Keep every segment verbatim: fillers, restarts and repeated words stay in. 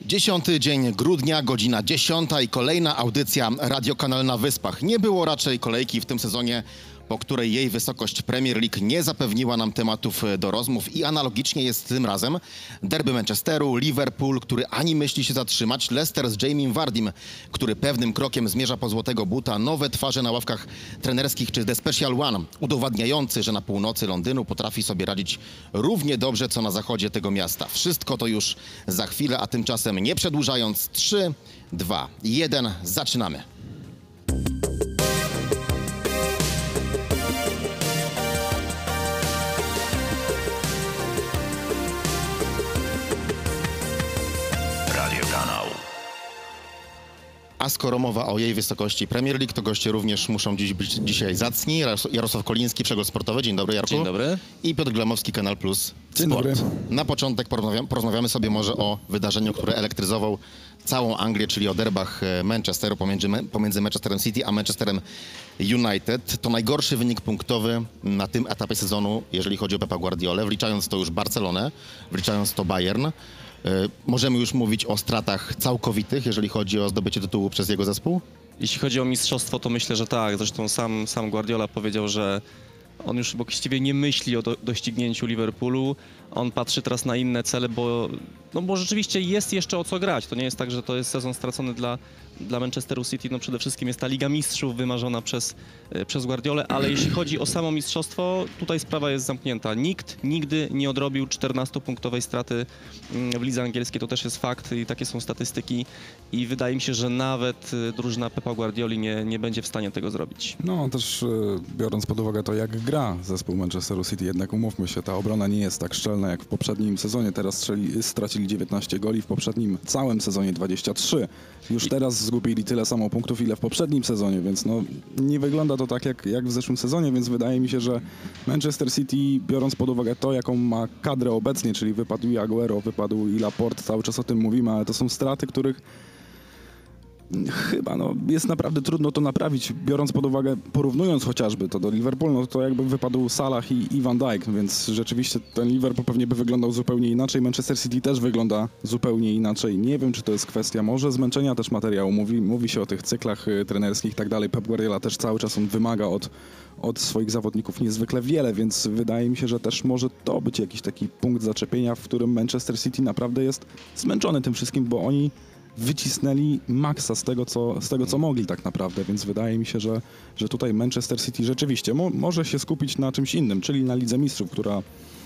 Dziesiąty dzień grudnia, godzina dziesiąta i kolejna audycja Radiokanal na Wyspach. Nie było raczej kolejki w tym sezonie, po której jej wysokość Premier League nie zapewniła nam tematów do rozmów i analogicznie jest tym razem. Derby Manchesteru, Liverpool, który ani myśli się zatrzymać, Leicester z Jamiem Vardym, który pewnym krokiem zmierza po złotego buta, nowe twarze na ławkach trenerskich czy The Special One, udowadniający, że na północy Londynu potrafi sobie radzić równie dobrze, co na zachodzie tego miasta. Wszystko to już za chwilę, a tymczasem nie przedłużając, trzy, dwa, jeden, zaczynamy. A skoro mowa o jej wysokości Premier League, to goście również muszą dziś być dzisiaj zacni. Jarosław Koliński, Przegląd Sportowy. Dzień dobry, Jarku. Dzień dobry. I Piotr Glemowski, Kanal Plus Dzień Sport. dobry. Na początek porozmawiamy, porozmawiamy sobie może o wydarzeniu, które elektryzował całą Anglię, czyli o derbach Manchesteru pomiędzy, pomiędzy Manchesterem City a Manchesterem United. To najgorszy wynik punktowy na tym etapie sezonu, jeżeli chodzi o Pepa Guardiolę, wliczając to już Barcelonę, wliczając to Bayern. Możemy już mówić o stratach całkowitych, jeżeli chodzi o zdobycie tytułu przez jego zespół? Jeśli chodzi o mistrzostwo, to myślę, że tak. Zresztą sam, sam Guardiola powiedział, że on już właściwie nie myśli o do, doścignięciu Liverpoolu. On patrzy teraz na inne cele, bo, no bo rzeczywiście jest jeszcze o co grać. To nie jest tak, że to jest sezon stracony dla, dla Manchesteru City. No przede wszystkim jest ta Liga Mistrzów wymarzona przez, przez Guardiolę, ale jeśli chodzi o samo mistrzostwo, tutaj sprawa jest zamknięta. Nikt nigdy nie odrobił czternastopunktowej straty w lidze angielskiej. To też jest fakt i takie są statystyki. I wydaje mi się, że nawet drużyna Pepa Guardioli nie, nie będzie w stanie tego zrobić. No też biorąc pod uwagę to, jak gra zespół Manchesteru City, jednak umówmy się, ta obrona nie jest tak szczelna jak w poprzednim sezonie. Teraz strzeli, stracili dziewiętnaście goli, w poprzednim całym sezonie dwadzieścia trzy. Już teraz zgubili tyle samo punktów, ile w poprzednim sezonie, więc no nie wygląda to tak jak, jak w zeszłym sezonie, więc wydaje mi się, że Manchester City, biorąc pod uwagę to, jaką ma kadrę obecnie, czyli wypadł i Aguero, wypadł i Laporte, cały czas o tym mówimy, ale to są straty, których chyba no, jest naprawdę trudno to naprawić, biorąc pod uwagę, porównując chociażby to do Liverpoolu, no to jakby wypadł Salah i, i Van Dijk, więc rzeczywiście ten Liverpool pewnie by wyglądał zupełnie inaczej. Manchester City też wygląda zupełnie inaczej. Nie wiem, czy to jest kwestia może zmęczenia też materiału. Mówi, mówi się o tych cyklach y, trenerskich i tak dalej. Pep Guardiola też cały czas on wymaga od, od swoich zawodników niezwykle wiele, więc wydaje mi się, że też może to być jakiś taki punkt zaczepienia, w którym Manchester City naprawdę jest zmęczony tym wszystkim, bo oni wycisnęli maksa z tego, co, z tego, co mogli tak naprawdę, więc wydaje mi się, że, że tutaj Manchester City rzeczywiście mo, może się skupić na czymś innym, czyli na Lidze Mistrzów, która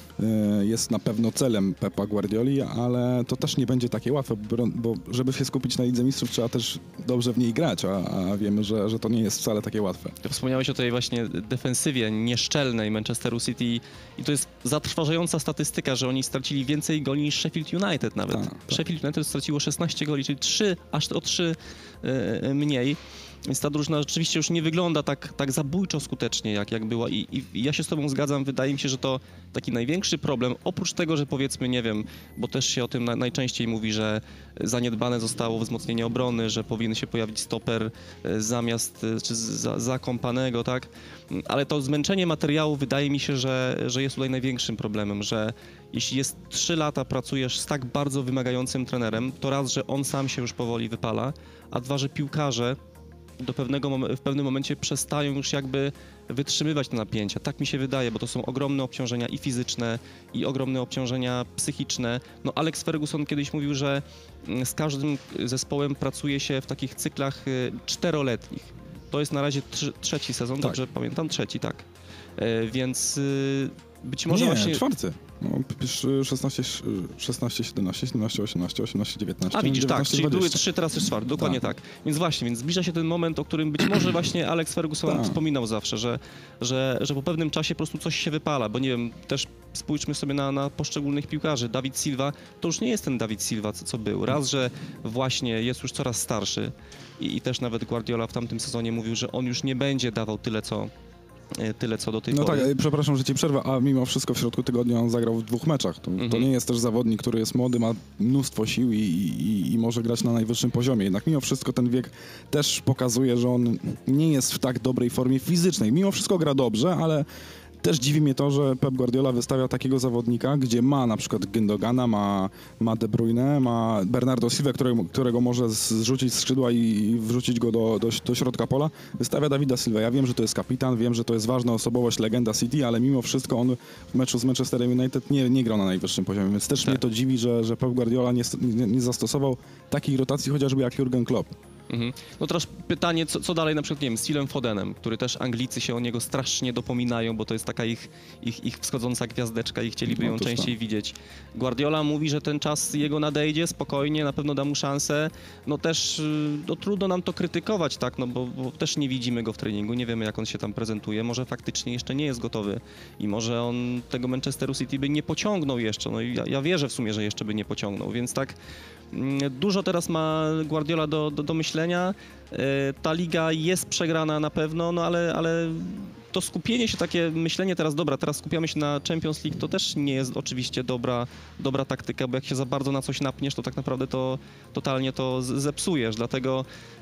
y, jest na pewno celem Pepa Guardioli, ale to też nie będzie takie łatwe, bo, bo żeby się skupić na Lidze Mistrzów, trzeba też dobrze w niej grać, a, a wiemy, że, że to nie jest wcale takie łatwe. Ty wspomniałeś o tej właśnie defensywie nieszczelnej Manchesteru City i to jest zatrważająca statystyka, że oni stracili więcej goli niż Sheffield United nawet. Tak, tak. Sheffield United straciło szesnaście goli, czyli trzy, aż o trzy yy, mniej. Więc ta drużyna rzeczywiście już nie wygląda tak, tak zabójczo skutecznie, jak, jak była. I, I ja się z tobą zgadzam, wydaje mi się, że to taki największy problem, oprócz tego, że powiedzmy, nie wiem, bo też się o tym na, najczęściej mówi, że zaniedbane zostało wzmocnienie obrony, że powinien się pojawić stoper zamiast, czy za, za Kompanego, tak? Ale to zmęczenie materiału wydaje mi się, że, że jest tutaj największym problemem, że jeśli jest trzy lata pracujesz z tak bardzo wymagającym trenerem, to raz, że on sam się już powoli wypala, a dwa, że piłkarze do pewnego mom- w pewnym momencie przestają już jakby wytrzymywać te napięcia. Tak mi się wydaje, bo to są ogromne obciążenia i fizyczne, i ogromne obciążenia psychiczne. No Alex Ferguson kiedyś mówił, że z każdym zespołem pracuje się w takich cyklach czteroletnich. To jest na razie tr- trzeci sezon, Tak. dobrze pamiętam? Trzeci, tak. E, więc y, być może nie, właśnie... czwarty. No, szesnaście, szesnaście, siedemnaście, siedemnaście, osiemnaście, osiemnaście, dziewiętnaście. A widzisz, tak, dziewiętnaście, czyli były dwadzieścia. trzy, teraz jest czwarty, dokładnie tak. Tak. Więc właśnie, więc zbliża się ten moment, o którym być może właśnie Alex Ferguson Tak. wspominał zawsze, że, że, że po pewnym czasie po prostu coś się wypala, bo nie wiem, też spójrzmy sobie na, na poszczególnych piłkarzy. Dawid Silva to już nie jest ten Dawid Silva, co, co był. Raz, że właśnie jest już coraz starszy i, i też nawet Guardiola w tamtym sezonie mówił, że on już nie będzie dawał tyle, co tyle co do tej No pory. tak, przepraszam, że ci przerwę, a mimo wszystko w środku tygodnia on zagrał w dwóch meczach. To, Mhm. to nie jest też zawodnik, który jest młody, ma mnóstwo sił i, i, i może grać na najwyższym poziomie. Jednak mimo wszystko ten wiek też pokazuje, że on nie jest w tak dobrej formie fizycznej. Mimo wszystko gra dobrze, ale Też dziwi mnie to, że Pep Guardiola wystawia takiego zawodnika, gdzie ma na przykład Gündogana, ma, ma De Bruyne, ma Bernardo Silva, którego, którego może zrzucić z skrzydła i wrzucić go do, do, do środka pola. Wystawia Davida Silva. Ja wiem, że to jest kapitan, wiem, że to jest ważna osobowość, legenda City, ale mimo wszystko on w meczu z Manchesterem United nie, nie grał na najwyższym poziomie, więc też tak. mnie to dziwi, że, że Pep Guardiola nie, nie, nie zastosował takiej rotacji chociażby jak Jurgen Klopp. Mhm. No teraz pytanie, co, co dalej na przykład, nie wiem, z Philem Fodenem, który też Anglicy się o niego strasznie dopominają, bo to jest taka ich, ich, ich wschodząca gwiazdeczka i chcieliby No, ją to częściej tak. widzieć. Guardiola mówi, że ten czas jego nadejdzie, spokojnie, na pewno da mu szansę. No też y, no, trudno nam to krytykować, tak, no bo, bo też nie widzimy go w treningu, nie wiemy jak on się tam prezentuje, może faktycznie jeszcze nie jest gotowy i może on tego Manchesteru City by nie pociągnął jeszcze, no i ja, ja wierzę w sumie, że jeszcze by nie pociągnął, więc tak dużo teraz ma Guardiola do, do, do myślenia. Ta liga jest przegrana na pewno, no ale, ale to skupienie się, takie myślenie teraz, dobra, teraz skupiamy się na Champions League, to też nie jest oczywiście dobra, dobra taktyka, bo jak się za bardzo na coś napniesz, to tak naprawdę to totalnie to z- zepsujesz, dlatego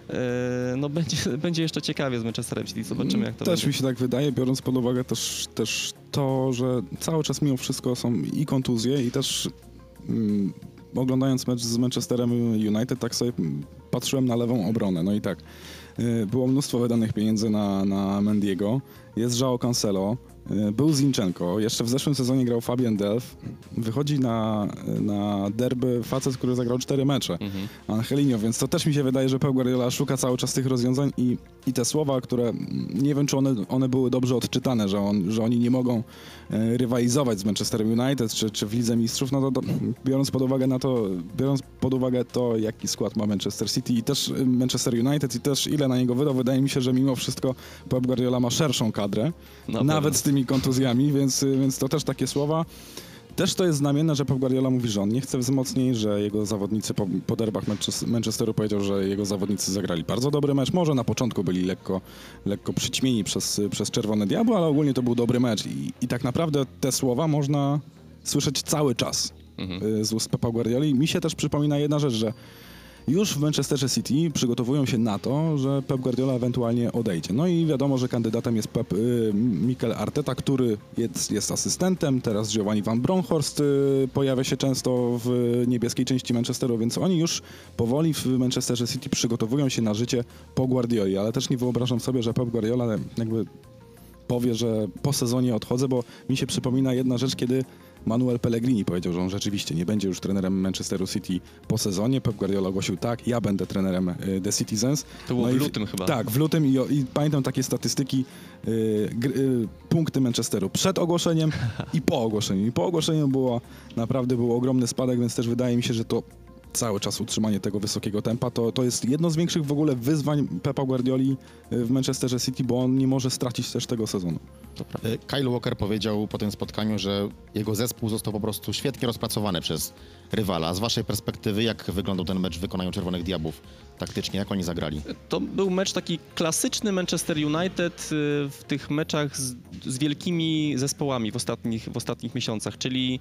no będzie, będzie jeszcze ciekawie z Manchesterem City, zobaczymy jak to Też będzie. mi się tak wydaje, biorąc pod uwagę też, też to, że cały czas mimo wszystko są i kontuzje i też mm, oglądając mecz z Manchesterem United, tak sobie patrzyłem na lewą obronę. No i tak, y, było mnóstwo wydanych pieniędzy na, na Mendiego, jest João Cancelo, y, był Zinchenko, jeszcze w zeszłym sezonie grał Fabian Delph, wychodzi na, na derby facet, który zagrał cztery mecze, Mhm. Angelino, więc to też mi się wydaje, że Pep Guardiola szuka cały czas tych rozwiązań i, i te słowa, które nie wiem, czy one, one były dobrze odczytane, że, on, że oni nie mogą e, rywalizować z Manchesterem United czy, czy w Lidze Mistrzów, no to, to biorąc pod uwagę na to, biorąc pod uwagę to, jaki skład ma Manchester City i też Manchester United i też ile na niego wydał, wydaje mi się, że mimo wszystko Pep Guardiola ma szerszą kadrę, Na nawet pewno. z tymi kontuzjami, więc, więc to też takie słowa. Też to jest znamienne, że Pep Guardiola mówi, że on nie chce wzmocnień, że jego zawodnicy po, po derbach Manches- Manchesteru powiedział, że jego zawodnicy zagrali bardzo dobry mecz. Może na początku byli lekko, lekko przyćmieni przez, przez Czerwone Diabły, ale ogólnie to był dobry mecz i, i tak naprawdę te słowa można słyszeć cały czas Mhm. y, z ust Pepa Guardioli. Mi się też przypomina jedna rzecz, że już w Manchesterze City przygotowują się na to, że Pep Guardiola ewentualnie odejdzie. No i wiadomo, że kandydatem jest Pep, y, Mikel Arteta, który jest, jest asystentem. Teraz Giovanni van Bronckhorst y, pojawia się często w niebieskiej części Manchesteru, więc oni już powoli w Manchesterze City przygotowują się na życie po Guardioli. Ale też nie wyobrażam sobie, że Pep Guardiola jakby powie, że po sezonie odchodzę, bo mi się przypomina jedna rzecz, kiedy Manuel Pellegrini powiedział, że on rzeczywiście nie będzie już trenerem Manchesteru City po sezonie. Pep Guardiola ogłosił, tak, ja będę trenerem y, The Citizens. To było No w i lutym chyba. Tak, w lutym i, i pamiętam takie statystyki, y, gr, y, punkty Manchesteru przed ogłoszeniem i po ogłoszeniu. I po ogłoszeniu było, naprawdę był ogromny spadek, więc też wydaje mi się, że to cały czas utrzymanie tego wysokiego tempa, to, to jest jedno z większych w ogóle wyzwań Pepa Guardioli w Manchesterze City, bo on nie może stracić też tego sezonu. Y, Kyle Walker powiedział po tym spotkaniu, że jego zespół został po prostu świetnie rozpracowany przez rywala. Z waszej perspektywy, jak wyglądał ten mecz w wykonaniu Czerwonych Diabłów taktycznie? Jak oni zagrali? To był mecz taki klasyczny Manchester United y, w tych meczach z, z wielkimi zespołami w ostatnich, w ostatnich miesiącach, czyli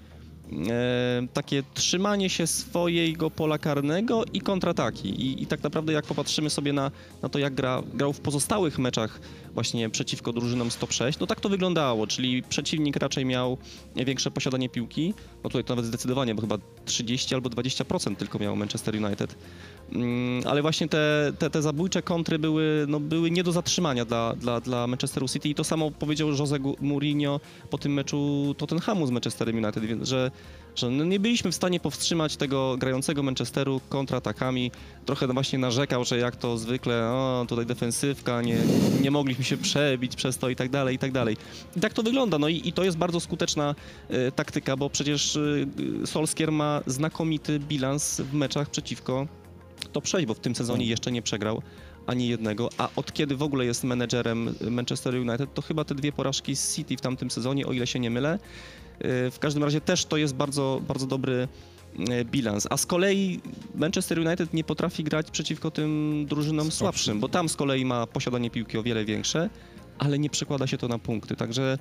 e, takie trzymanie się swojego pola karnego i kontrataki. I, i tak naprawdę jak popatrzymy sobie na, na to, jak gra, grał w pozostałych meczach właśnie przeciwko drużynom z top sześć, no tak to wyglądało, czyli przeciwnik raczej miał większe posiadanie piłki, no tutaj to nawet zdecydowanie, bo chyba trzydzieści albo dwadzieścia procent tylko miał Manchester United. Mm, ale właśnie te, te, te zabójcze kontry były, no, były nie do zatrzymania dla, dla, dla Manchesteru City i to samo powiedział Jose Mourinho po tym meczu Tottenhamu z Manchesterem United, więc, że, że no nie byliśmy w stanie powstrzymać tego grającego Manchesteru kontratakami. Trochę właśnie narzekał, że jak to zwykle, o, tutaj defensywka, nie, nie mogliśmy się przebić przez to i tak dalej, i tak dalej. I tak to wygląda, no i, i to jest bardzo skuteczna e, taktyka, bo przecież e, Solskjaer ma znakomity bilans w meczach przeciwko top sześć, bo w tym sezonie jeszcze nie przegrał ani jednego, a od kiedy w ogóle jest menedżerem Manchester United, to chyba te dwie porażki z City w tamtym sezonie, o ile się nie mylę. W każdym razie też to jest bardzo, bardzo dobry bilans, a z kolei Manchester United nie potrafi grać przeciwko tym drużynom słabszym, bo tam z kolei ma posiadanie piłki o wiele większe, ale nie przekłada się to na punkty, także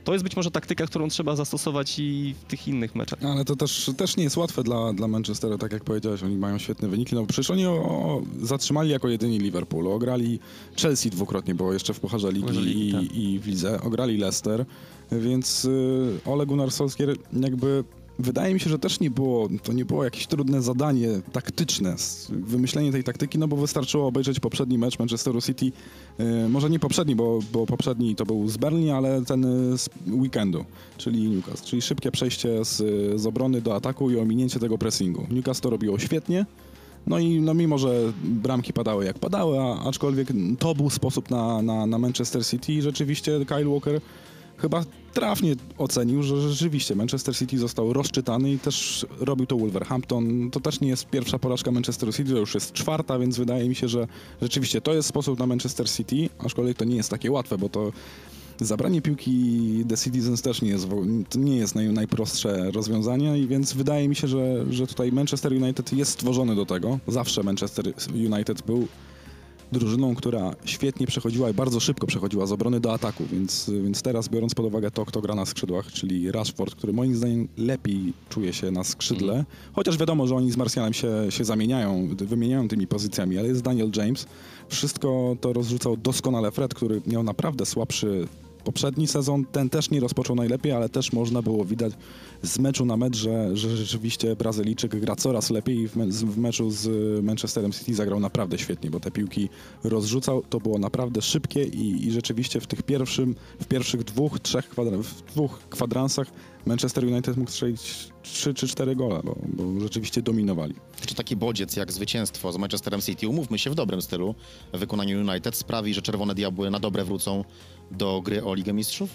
to jest być może taktyka, którą trzeba zastosować i w tych innych meczach. Ale to też, też nie jest łatwe dla, dla Manchesteru, tak jak powiedziałeś, oni mają świetne wyniki. No przecież oni o, o, zatrzymali jako jedyni Liverpool, ograli Chelsea dwukrotnie, było jeszcze w Pucharze Ligi, Pucharze Ligi, i, tak. i w Lidze, ograli Leicester, więc y, Ole Gunnar Solskjaer jakby wydaje mi się, że też nie było, to nie było jakieś trudne zadanie taktyczne, wymyślenie tej taktyki, no bo wystarczyło obejrzeć poprzedni mecz Manchesteru City, yy, może nie poprzedni, bo, bo poprzedni to był z Burnley, ale ten z weekendu, czyli Newcastle, czyli szybkie przejście z, z obrony do ataku i ominięcie tego pressingu. Newcastle to robiło świetnie, no i no mimo, że bramki padały jak padały, a, aczkolwiek to był sposób na, na, na Manchester City i rzeczywiście Kyle Walker chyba trafnie ocenił, że rzeczywiście Manchester City został rozczytany i też robił to Wolverhampton. To też nie jest pierwsza porażka Manchesteru City, to już jest czwarta, więc wydaje mi się, że rzeczywiście to jest sposób na Manchester City, aczkolwiek to nie jest takie łatwe, bo to zabranie piłki The Citizens też nie jest, to nie jest naj, najprostsze rozwiązanie i więc wydaje mi się, że, że tutaj Manchester United jest stworzony do tego. Zawsze Manchester United był drużyną, która świetnie przechodziła i bardzo szybko przechodziła z obrony do ataku, więc, więc teraz biorąc pod uwagę to, kto gra na skrzydłach, czyli Rashford, który moim zdaniem lepiej czuje się na skrzydle, mm. chociaż wiadomo, że oni z Martialem się, się zamieniają, wymieniają tymi pozycjami, ale jest Daniel James. Wszystko to rozrzucał doskonale Fred, który miał naprawdę słabszy poprzedni sezon, ten też nie rozpoczął najlepiej, ale też można było widać z meczu na mecz, że, że rzeczywiście Brazylijczyk gra coraz lepiej i w, me w meczu z Manchesterem City zagrał naprawdę świetnie, bo te piłki rozrzucał, to było naprawdę szybkie i, i rzeczywiście w tych pierwszym, w pierwszych dwóch, trzech kwadra w dwóch kwadransach Manchester United mógł strzelić trzy czy cztery gole, bo, bo rzeczywiście dominowali. Czy taki bodziec jak zwycięstwo z Manchesterem City, umówmy się, w dobrym stylu w wykonaniu United, sprawi, że Czerwone Diabły na dobre wrócą do gry o Ligę Mistrzów?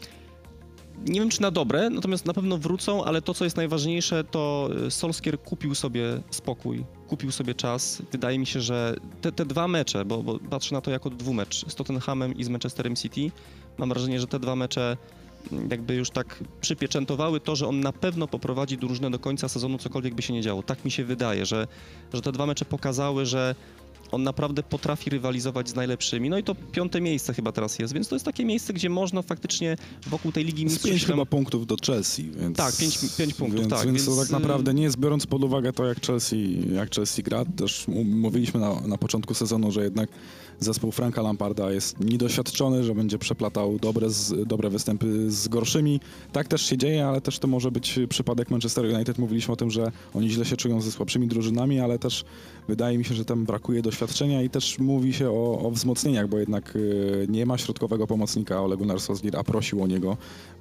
Nie wiem, czy na dobre, natomiast na pewno wrócą, ale to, co jest najważniejsze, to Solskjaer kupił sobie spokój, kupił sobie czas. Wydaje mi się, że te, te dwa mecze, bo, bo patrzę na to jako dwumecz z Tottenhamem i z Manchesterem City, mam wrażenie, że te dwa mecze jakby już tak przypieczętowały to, że on na pewno poprowadzi drużynę do końca sezonu, cokolwiek by się nie działo. Tak mi się wydaje, że, że te dwa mecze pokazały, że on naprawdę potrafi rywalizować z najlepszymi. No i to piąte miejsce chyba teraz jest, więc to jest takie miejsce, gdzie można faktycznie wokół tej Ligi Mistrzów... pięć tam... chyba punktów do Chelsea, więc... Tak, pięć, pięć punktów, więc, tak. Więc, Więc to tak naprawdę nie jest, biorąc pod uwagę to, jak Chelsea, jak Chelsea gra, też mówiliśmy na, na początku sezonu, że jednak zespół Franka Lamparda jest niedoświadczony, że będzie przeplatał dobre, z, dobre występy z gorszymi. Tak też się dzieje, ale też to może być przypadek Manchester United. Mówiliśmy o tym, że oni źle się czują ze słabszymi drużynami, ale też wydaje mi się, że tam brakuje doświadczenia i też mówi się o, o wzmocnieniach, bo jednak y, nie ma środkowego pomocnika Ole Gunnar Solskjaer, a prosił o niego y,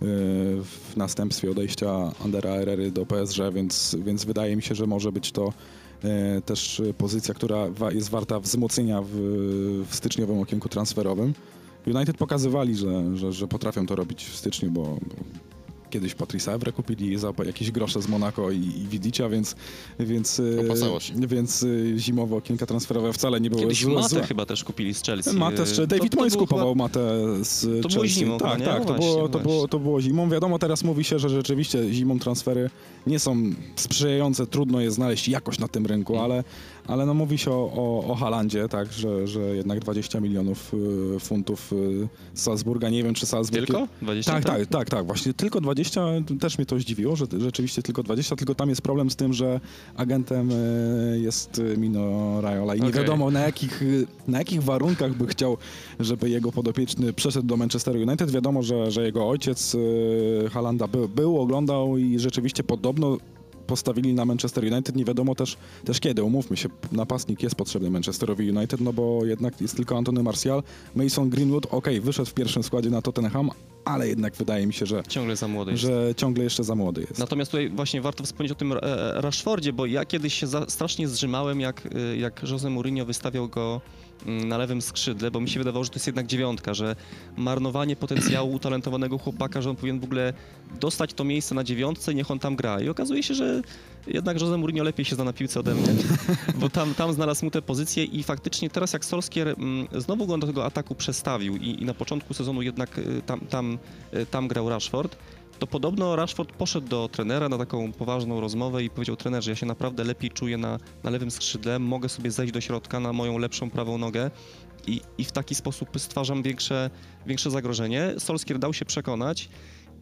w następstwie odejścia Andera Herrery do P S G, więc, więc wydaje mi się, że może być to y, też pozycja, która wa jest warta wzmocnienia w, w styczniowym okienku transferowym. United pokazywali, że, że, że potrafią to robić w styczniu, bo, bo kiedyś Patrice Evra kupili za jakieś grosze z Monako i, i Widicia, więc, więc, Opłacało się. więc zimowe okienka transferowe wcale nie były Kiedyś złe. Matę chyba też kupili z Chelsea. Matę, jeszcze David to, to Moyes kupował chyba... Matę z To Chelsea. było zimą, tak, nie? tak, No to, właśnie, było, to, było, właśnie. to było zimą. Wiadomo, teraz mówi się, że rzeczywiście zimą transfery nie są sprzyjające, trudno je znaleźć jakoś na tym rynku, Mm. ale, ale no mówi się o, o, o Haalandzie, tak, że, że jednak dwadzieścia milionów y, funtów y, z Salzburga. Nie wiem, czy Salzburg... Tylko? dwadzieścia? Tak, tak, tak, tak, właśnie tylko dwadzieścia, też mnie to zdziwiło, że rzeczywiście tylko dwadzieścia, tylko tam jest problem z tym, że agentem y, jest Mino Raiola i nie Okej. wiadomo na jakich, y, na jakich warunkach by chciał, żeby jego podopieczny przeszedł do Manchesteru United. Wiadomo, że, że jego ojciec y, Haalanda był, był, oglądał i rzeczywiście podobno postawili na Manchester United. Nie wiadomo też, też kiedy, umówmy się, napastnik jest potrzebny Manchesterowi United, no bo jednak jest tylko Antony Martial. Mason Greenwood, okej, okay, wyszedł w pierwszym składzie na Tottenham, ale jednak wydaje mi się, że, Ciągle za młody jest. że ciągle jeszcze za młody jest. Natomiast tutaj właśnie warto wspomnieć o tym e, Rashfordzie, bo ja kiedyś się za, strasznie zrzymałem, jak, e, jak Jose Mourinho wystawiał go mm, na lewym skrzydle, bo mi się wydawało, że to jest jednak dziewiątka, że marnowanie potencjału utalentowanego chłopaka, że on powinien w ogóle dostać to miejsce na dziewiątce i niech on tam gra. I okazuje się, że jednak Jose Mourinho lepiej się zna na piłce ode mnie, bo tam, tam znalazł mu te pozycje i faktycznie teraz jak Solskjaer mm, znowu go do tego ataku przestawił i, i na początku sezonu jednak y, tam, tam, y, tam grał Rashford, to podobno Rashford poszedł do trenera na taką poważną rozmowę i powiedział: trenerze, ja się naprawdę lepiej czuję na, na lewym skrzydle, mogę sobie zejść do środka na moją lepszą prawą nogę i, i w taki sposób stwarzam większe, większe zagrożenie. Solskjaer dał się przekonać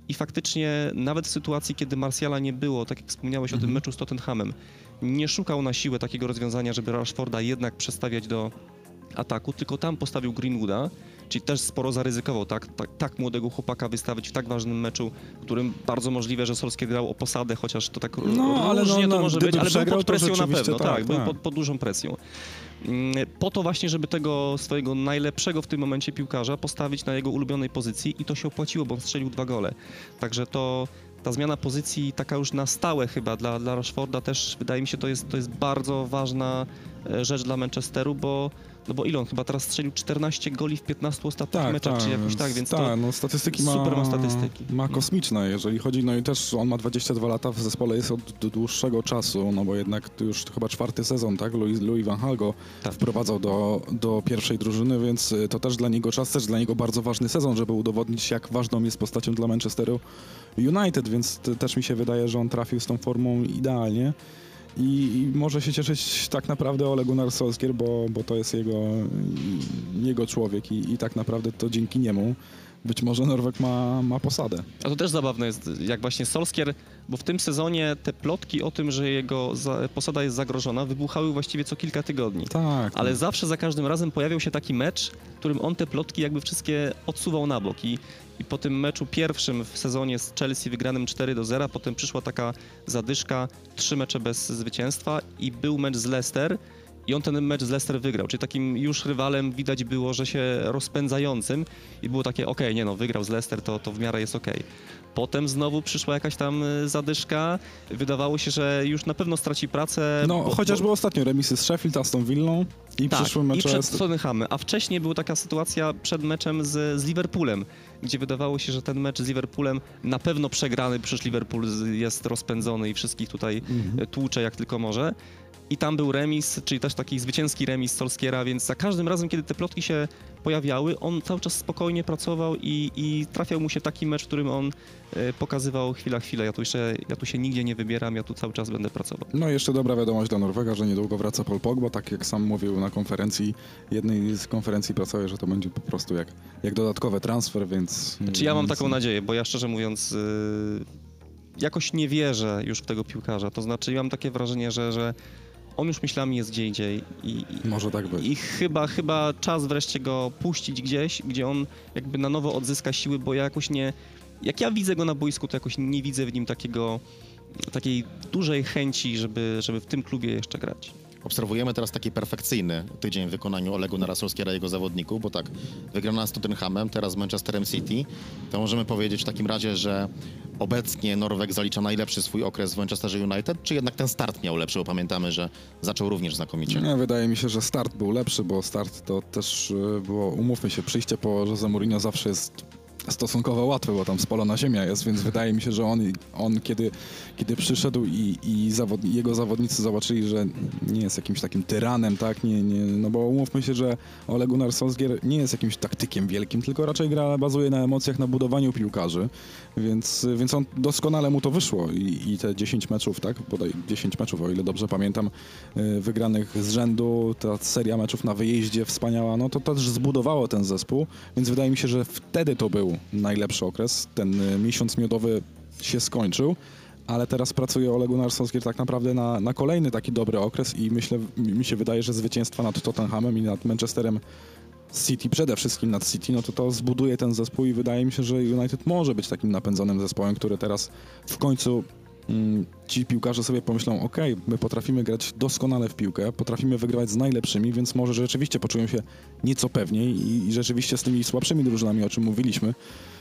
i faktycznie nawet w sytuacji, kiedy Martiala nie było, tak jak wspomniałeś o tym meczu z Tottenhamem, nie szukał na siłę takiego rozwiązania, żeby Rashforda jednak przestawiać do ataku, tylko tam postawił Greenwooda, czyli też sporo zaryzykował, tak, tak, tak młodego chłopaka wystawić w tak ważnym meczu, w którym bardzo możliwe, że Solskjaer grał o posadę, chociaż to tak No, ale różnie no, to no, może gdyby być, ale był przegrał, pod to presją na rzeczywiście pewno, tak, tak, był tak. pod, pod dużą presją. Mm, Po to właśnie, żeby tego swojego najlepszego w tym momencie piłkarza postawić na jego ulubionej pozycji i to się opłaciło, bo on strzelił dwa gole. Także to ta zmiana pozycji taka już na stałe chyba dla, dla Rashforda też wydaje mi się to jest, to jest bardzo ważna e, rzecz dla Manchesteru, bo no bo ile on chyba teraz strzelił czternaście goli w piętnastu ostatnich Tak, meczach, tak, czy jakoś tak, więc tak, to no statystyki ma, super ma statystyki. ma kosmiczne, jeżeli chodzi, no i też on ma dwadzieścia dwa lata, w zespole jest od d- dłuższego czasu, no bo jednak to już chyba czwarty sezon, tak, Louis, Louis van Gaal go Tak. wprowadzał do, do pierwszej drużyny, więc y, to też dla niego czas, też dla niego bardzo ważny sezon, żeby udowodnić, jak ważną jest postacią dla Manchesteru United, więc t- też mi się wydaje, że on trafił z tą formą idealnie. I, I może się cieszyć tak naprawdę Ole Gunnar Solskjaer, bo, bo to jest jego, jego człowiek i, i tak naprawdę to dzięki niemu być może Norweg ma, ma posadę. A to też zabawne jest, jak właśnie Solskjaer, bo w tym sezonie te plotki o tym, że jego za, posada jest zagrożona, wybuchały właściwie co kilka tygodni. Tak. Ale zawsze za każdym razem pojawiał się taki mecz, w którym on te plotki jakby wszystkie odsuwał na bok. I, i po tym meczu pierwszym w sezonie z Chelsea wygranym cztery do zera, potem przyszła taka zadyszka, trzy mecze bez zwycięstwa i był mecz z Leicester i on ten mecz z Leicester wygrał. Czyli takim już rywalem widać było, że się rozpędzającym i było takie, okej, nie no, wygrał z Leicester, to, to w miarę jest okej. Potem znowu przyszła jakaś tam y, zadyszka. Wydawało się, że już na pewno straci pracę. No, bo- chociażby bo- ostatnio remisy z Sheffield, Aston Villą i tak, przyszły i mecze... przed z- Tottenhamem, a wcześniej była taka sytuacja przed meczem z, z Liverpoolem, gdzie wydawało się, że ten mecz z Liverpoolem na pewno przegrany, przecież Liverpool z- jest rozpędzony i wszystkich tutaj Mhm. tłucze jak tylko może. I tam był remis, czyli też taki zwycięski remis Solskiera, więc za każdym razem, kiedy te plotki się pojawiały, on cały czas spokojnie pracował i, i trafiał mu się taki mecz, w którym on e, pokazywał chwila, chwilę, ja tu jeszcze, ja tu się nigdzie nie wybieram, ja tu cały czas będę pracował. No i jeszcze dobra wiadomość dla Norwega, że niedługo wraca Paul Pogba, tak jak sam mówił na konferencji, jednej z konferencji prasowej, że to będzie po prostu jak, jak dodatkowy transfer, więc... Czy ja mam więc- taką nadzieję, bo ja szczerze mówiąc yy, jakoś nie wierzę już w tego piłkarza. To znaczy ja mam takie wrażenie, że, że on już myślami jest gdzie indziej i, i, Może tak być. i chyba, chyba czas wreszcie go puścić gdzieś, gdzie on jakby na nowo odzyska siły, bo ja jakoś nie... Jak ja widzę go na boisku, to jakoś nie widzę w nim takiego, takiej dużej chęci, żeby, żeby w tym klubie jeszcze grać. Obserwujemy teraz taki perfekcyjny tydzień w wykonaniu Ole Gunnara Solskjaera i jego zawodników, bo tak, wygrana z Tottenhamem, teraz z Manchesterem City, to możemy powiedzieć w takim razie, że obecnie Norweg zalicza najlepszy swój okres w Manchesterze United, czy jednak ten start miał lepszy, bo pamiętamy, że zaczął również znakomicie. Nie, wydaje mi się, że start był lepszy, bo start to też y, było, umówmy się, przyjście po Jose Mourinho zawsze jest stosunkowo łatwe, bo tam spalona ziemia jest, więc wydaje mi się, że on, on kiedy, kiedy przyszedł i, i zawodni, jego zawodnicy zobaczyli, że nie jest jakimś takim tyranem, tak, nie, nie, no bo umówmy się, że Ole Gunnar Solskjaer nie jest jakimś taktykiem wielkim, tylko raczej gra, bazuje na emocjach, na budowaniu piłkarzy, więc, więc on doskonale mu to wyszło i, i te dziesięć meczów, tak, bodaj dziesięć meczów, o ile dobrze pamiętam, y, wygranych z rzędu, ta seria meczów na wyjeździe wspaniała, no to też zbudowało ten zespół, więc wydaje mi się, że wtedy to był najlepszy okres. Ten y, miesiąc miodowy się skończył, ale teraz pracuje Ole Gunnar Solskjaer tak naprawdę na, na kolejny taki dobry okres i myślę, mi mi się wydaje, że zwycięstwa nad Tottenhamem i nad Manchesterem City, przede wszystkim nad City, no to to zbuduje ten zespół i wydaje mi się, że United może być takim napędzonym zespołem, który teraz w końcu mm, ci piłkarze sobie pomyślą, ok, my potrafimy grać doskonale w piłkę, potrafimy wygrywać z najlepszymi, więc może rzeczywiście poczują się nieco pewniej i, i rzeczywiście z tymi słabszymi drużynami, o czym mówiliśmy,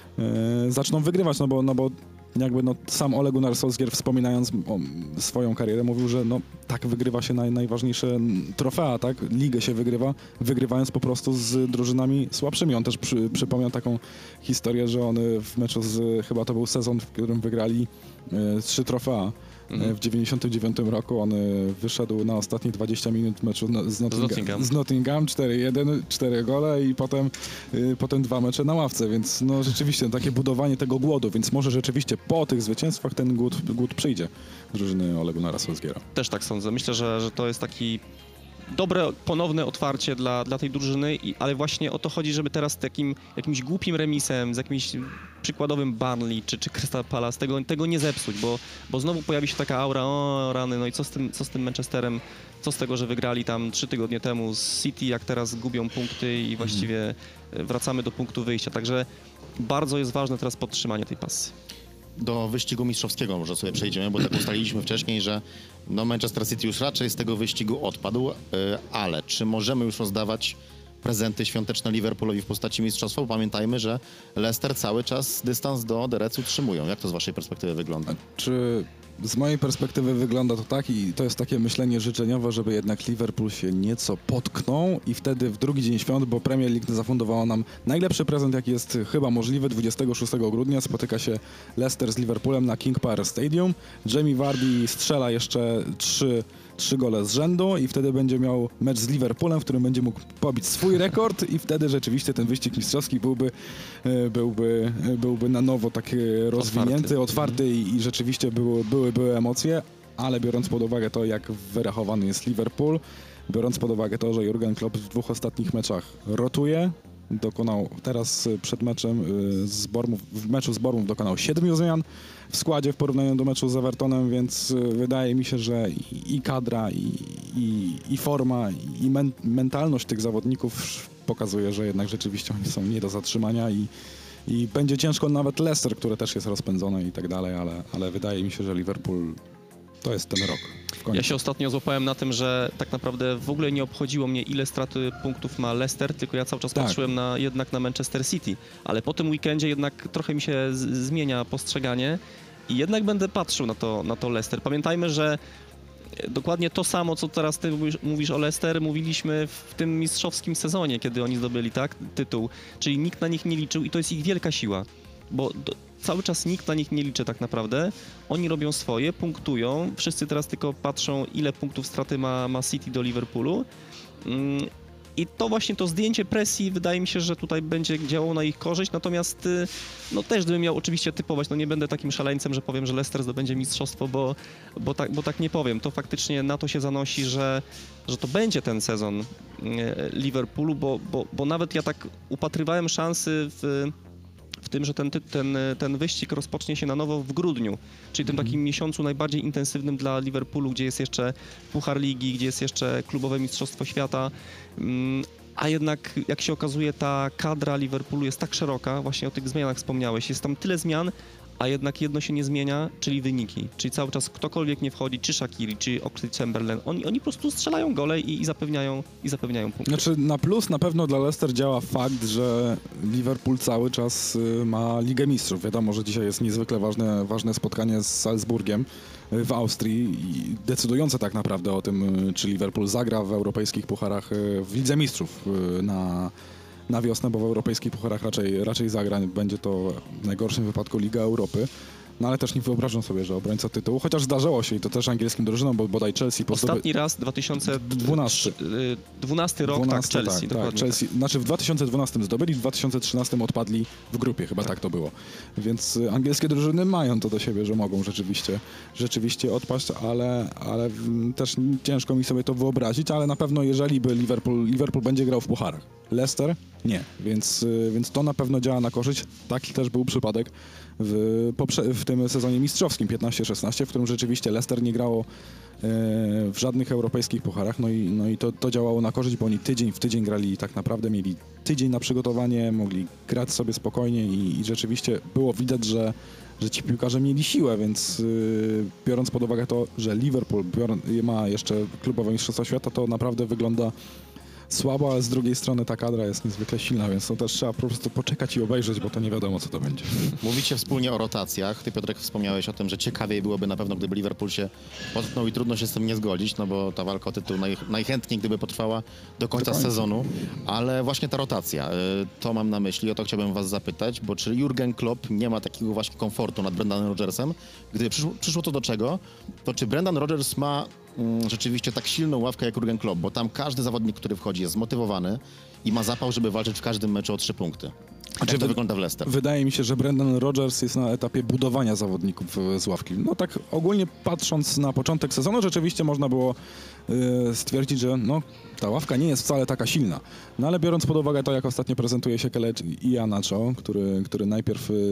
yy, zaczną wygrywać, no bo, no bo jakby no, sam Ole Gunnar Solskjaer, wspominając o swoją karierę, mówił, że no, tak wygrywa się naj, najważniejsze trofea, tak? Ligę się wygrywa, wygrywając po prostu z drużynami słabszymi. On też przy, przypomniał taką historię, że on w meczu z, chyba to był sezon, w którym wygrali e, trzy trofea. Mhm. W dziewięćdziesiątym dziewiątym roku on y, wyszedł na ostatnie dwadzieścia minut meczu no- z, Nottingham, Nottingham. z Nottingham, cztery jeden, cztery gole i potem, y, potem dwa mecze na ławce, więc no rzeczywiście takie budowanie tego głodu, więc może rzeczywiście po tych zwycięstwach ten głód, głód przyjdzie drużyny Ole Gunnara Solskjaera. Też tak sądzę. Myślę, że, że to jest taki dobre, ponowne otwarcie dla, dla tej drużyny, i, ale właśnie o to chodzi, żeby teraz takim jakimś głupim remisem, z jakimś przykładowym Burnley czy, czy Crystal Palace tego, tego nie zepsuć, bo, bo znowu pojawi się taka aura, o rany, no i co z tym, co z tym Manchesterem, co z tego, że wygrali tam trzy tygodnie temu z City, jak teraz gubią punkty i właściwie wracamy do punktu wyjścia, także bardzo jest ważne teraz podtrzymanie tej pasy. Do wyścigu mistrzowskiego może sobie przejdziemy, bo tak ustaliliśmy wcześniej, że no Manchester City już raczej z tego wyścigu odpadł, yy, ale czy możemy już rozdawać prezenty świąteczne Liverpoolowi w postaci mistrzostwa? Bo pamiętajmy, że Leicester cały czas dystans do D R C utrzymują. Jak to z waszej perspektywy wygląda? Czy z mojej perspektywy wygląda to tak i to jest takie myślenie życzeniowe, żeby jednak Liverpool się nieco potknął i wtedy w drugi dzień świąt, bo Premier League zafundowała nam najlepszy prezent, jaki jest chyba możliwy, dwudziestego szóstego grudnia spotyka się Leicester z Liverpoolem na King Power Stadium. Jamie Vardy strzela jeszcze trzy trzy gole z rzędu i wtedy będzie miał mecz z Liverpoolem, w którym będzie mógł pobić swój rekord i wtedy rzeczywiście ten wyścig mistrzowski byłby, byłby, byłby na nowo tak rozwinięty, otwarty, otwarty i, i rzeczywiście były, były, były emocje, ale biorąc pod uwagę to, jak wyrachowany jest Liverpool, biorąc pod uwagę to, że Jurgen Klopp w dwóch ostatnich meczach rotuje, dokonał teraz przed meczem z Bournemouth, w meczu z Bournemouth dokonał siedmiu zmian w składzie w porównaniu do meczu z Evertonem, więc wydaje mi się, że i, i kadra, i, i, i forma, i men, mentalność tych zawodników pokazuje, że jednak rzeczywiście oni są nie do zatrzymania i, i będzie ciężko nawet Leicester, które też jest rozpędzone i tak dalej, ale, ale wydaje mi się, że Liverpool to jest ten rok. Ja się ostatnio złapałem na tym, że tak naprawdę w ogóle nie obchodziło mnie, ile straty punktów ma Leicester, tylko ja cały czas tak. patrzyłem na, jednak na Manchester City. Ale po tym weekendzie jednak trochę mi się z, zmienia postrzeganie i jednak będę patrzył na to, na to Leicester. Pamiętajmy, że dokładnie to samo, co teraz ty mówisz, mówisz o Leicester, mówiliśmy w tym mistrzowskim sezonie, kiedy oni zdobyli tak tytuł. Czyli nikt na nich nie liczył i to jest ich wielka siła, bo do, cały czas nikt na nich nie liczy tak naprawdę. Oni robią swoje, punktują. Wszyscy teraz tylko patrzą, ile punktów straty ma, ma City do Liverpoolu. Mm, I to właśnie to zdjęcie presji wydaje mi się, że tutaj będzie działało na ich korzyść. Natomiast no też gdybym miał oczywiście typować, no nie będę takim szaleńcem, że powiem, że Leicester zdobędzie mistrzostwo, bo, bo, tak, bo tak nie powiem. To faktycznie na to się zanosi, że, że to będzie ten sezon Liverpoolu, bo, bo, bo nawet ja tak upatrywałem szansy w w tym, że ten, ten, ten wyścig rozpocznie się na nowo w grudniu, czyli tym takim miesiącu najbardziej intensywnym dla Liverpoolu, gdzie jest jeszcze Puchar Ligi, gdzie jest jeszcze klubowe Mistrzostwo Świata, a jednak jak się okazuje ta kadra Liverpoolu jest tak szeroka, właśnie o tych zmianach wspomniałeś, jest tam tyle zmian, a jednak jedno się nie zmienia, czyli wyniki. Czyli cały czas ktokolwiek nie wchodzi, czy Shaqiri, czy Oxlade-Chamberlain, oni, oni po prostu strzelają gole i, i, zapewniają, i zapewniają punkty. Znaczy na plus na pewno dla Leicester działa fakt, że Liverpool cały czas ma Ligę Mistrzów. Wiadomo, że dzisiaj jest niezwykle ważne, ważne spotkanie z Salzburgiem w Austrii i decydujące tak naprawdę o tym, czy Liverpool zagra w europejskich pucharach w Lidze Mistrzów na na wiosnę, bo w europejskich pucharach raczej, raczej zagra. Będzie to w najgorszym wypadku Liga Europy. No ale też nie wyobrażam sobie, że obrońca tytułu, chociaż zdarzyło się i to też angielskim drużynom, bo bodaj Chelsea... Ostatni raz dwa tysiące dwunasty. dwunasty rok, dwunasty, tak, Chelsea. Tak, tak, Chelsea. Tak. Znaczy w dwa tysiące dwunastym zdobyli, w dwa tysiące trzynastym odpadli w grupie, chyba tak, tak to było. Więc angielskie drużyny mają to do siebie, że mogą rzeczywiście, rzeczywiście odpaść, ale, ale też ciężko mi sobie to wyobrazić, ale na pewno jeżeli by Liverpool, Liverpool będzie grał w pucharach, Leicester nie, więc, więc to na pewno działa na korzyść. Taki też był przypadek w, w tym sezonie mistrzowskim piętnaście szesnaście, w którym rzeczywiście Leicester nie grało e, w żadnych europejskich pucharach, no i, no i to, to działało na korzyść, bo oni tydzień w tydzień grali, tak naprawdę mieli tydzień na przygotowanie, mogli grać sobie spokojnie i, i rzeczywiście było widać, że, że ci piłkarze mieli siłę, więc yy, biorąc pod uwagę to, że Liverpool biorąc, ma jeszcze klubowe mistrzostwa świata, to naprawdę wygląda słabo, ale z drugiej strony ta kadra jest niezwykle silna, więc to też trzeba po prostu poczekać i obejrzeć, bo to nie wiadomo, co to będzie. Mówicie wspólnie o rotacjach. Ty, Piotrek, wspomniałeś o tym, że ciekawiej byłoby na pewno, gdyby Liverpool się potknął i trudno się z tym nie zgodzić, no bo ta walka o tytuł naj, najchętniej gdyby potrwała do końca do końca sezonu, ale właśnie ta rotacja, to mam na myśli, o to chciałbym was zapytać, bo czy Jurgen Klopp nie ma takiego właśnie komfortu nad Brendanem Rodgersem? Gdyby przyszło, przyszło to do czego, to czy Brendan Rodgers ma mm, rzeczywiście tak silną ławkę jak Jurgen Klopp, bo tam każdy zawodnik, który wchodzi, jest zmotywowany i ma zapał, żeby walczyć w każdym meczu o trzy punkty. Jak to wy- wygląda w Leicester? Wydaje mi się, że Brendan Rodgers jest na etapie budowania zawodników e, z ławki. No tak ogólnie patrząc na początek sezonu, rzeczywiście można było e, stwierdzić, że no, ta ławka nie jest wcale taka silna. No ale biorąc pod uwagę to, jak ostatnio prezentuje się Kelechi Iheanacho, który, który najpierw e,